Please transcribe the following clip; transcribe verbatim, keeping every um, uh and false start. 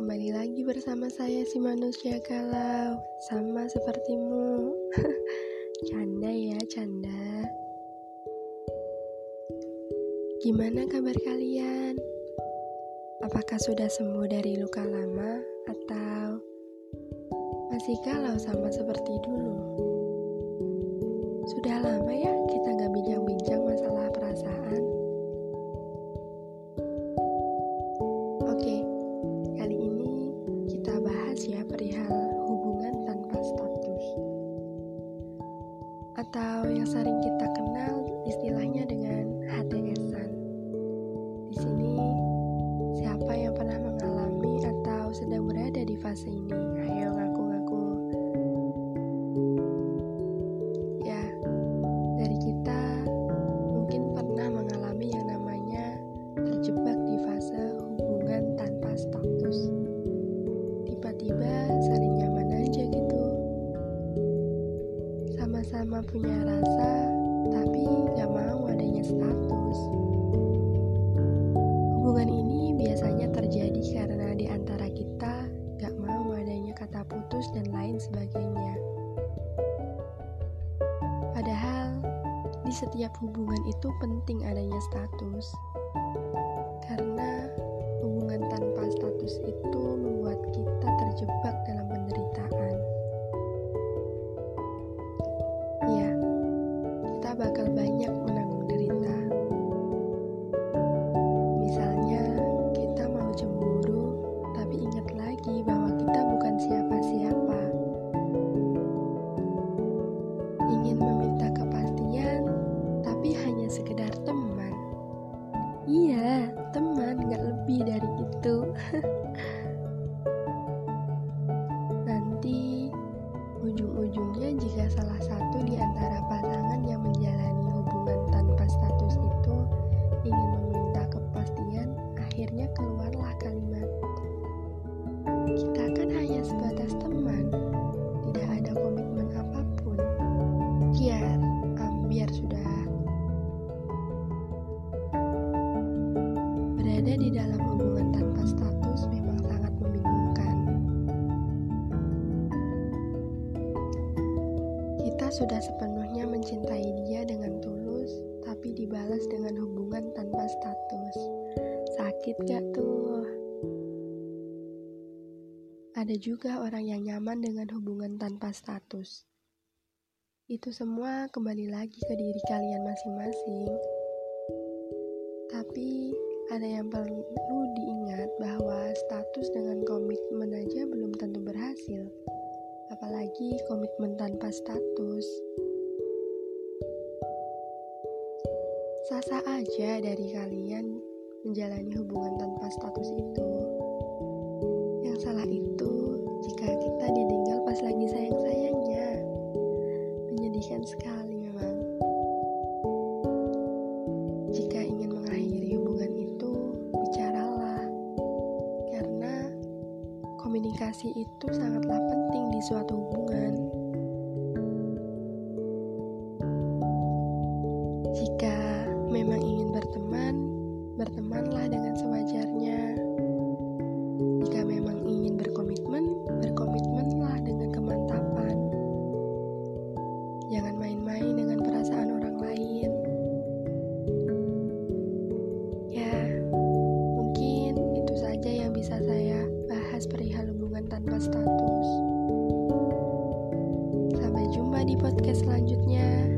kembali lagi bersama saya si manusia galau. Sama sepertimu. Canda ya, canda. Gimana kabar kalian? Apakah sudah sembuh dari luka lama atau masih galau sama seperti dulu? Sudah lama ya kita gak bincang-bincang masalah perasaan. Oke, kali ini kita bahas ya perihal hubungan tanpa status, atau yang sering kita kenal istilahnya dengan H T S-an. Di sini siapa yang pernah mengalami atau sedang berada di fase ini? Ayo ngaku-ngaku. Ya, dari kita mungkin pernah mengalami yang namanya terjebak di fase hubungan tanpa status. Tiba-tiba saling nyaman aja gitu. Sama-sama punya rasa, tapi gak mau adanya status. Hubungan ini biasanya terjadi karena di antara kita gak mau adanya kata putus dan lain sebagainya. Padahal di setiap hubungan itu penting adanya status. Karena hubungan tanpa status itu membuat kita terjebak dalam penderitaan. Ya, kita bakal banyak menanggung derita. Misalnya, kita mau cemburu, tapi ingat lagi bahwa kita bukan siapa-siapa. Ingin meminta kepastian, tapi hanya sekedar teman. Iya, teman, gak lebih dari itu. Nanti, ujung-ujungnya jika salah satu di antara pasangan yang menjalani hubungan tanpa status itu ingin meminta kepastian, akhirnya keluarlah kalimat, kita kan hanya sebatas teman, tidak ada komitmen apapun. Biar, um, biar sudah. Berada di dalam hubungan tanpa status memang sangat membingungkan. Kita sudah sepenuhnya mencintai dia dengan tulus, tapi dibalas dengan hubungan tanpa status. Sakit gak tuh? Ada juga orang yang nyaman dengan hubungan tanpa status. Itu semua kembali lagi ke diri kalian masing-masing. Tapi ada yang perlu diingat bahwa status dengan komitmen aja belum tentu berhasil. Apalagi komitmen tanpa status. Sah-sah aja dari kalian menjalani hubungan tanpa status itu. Yang salah itu jika kita ditinggal pas lagi sayang-sayangnya. Menyedihkan sekali memang. Jika ingin mengakhiri hubungan itu, bicaralah. Karena komunikasi itu sangatlah penting di suatu hubungan. Jika memang ingin berteman, bertemanlah dengan sewajarnya. Jika memang ingin berkomitmen, berkomitmenlah dengan kemantapan. Jangan main-main dengan perasaan orang lain. Ya, mungkin itu saja yang bisa saya bahas perihal hubungan tanpa status. Sampai jumpa di podcast selanjutnya.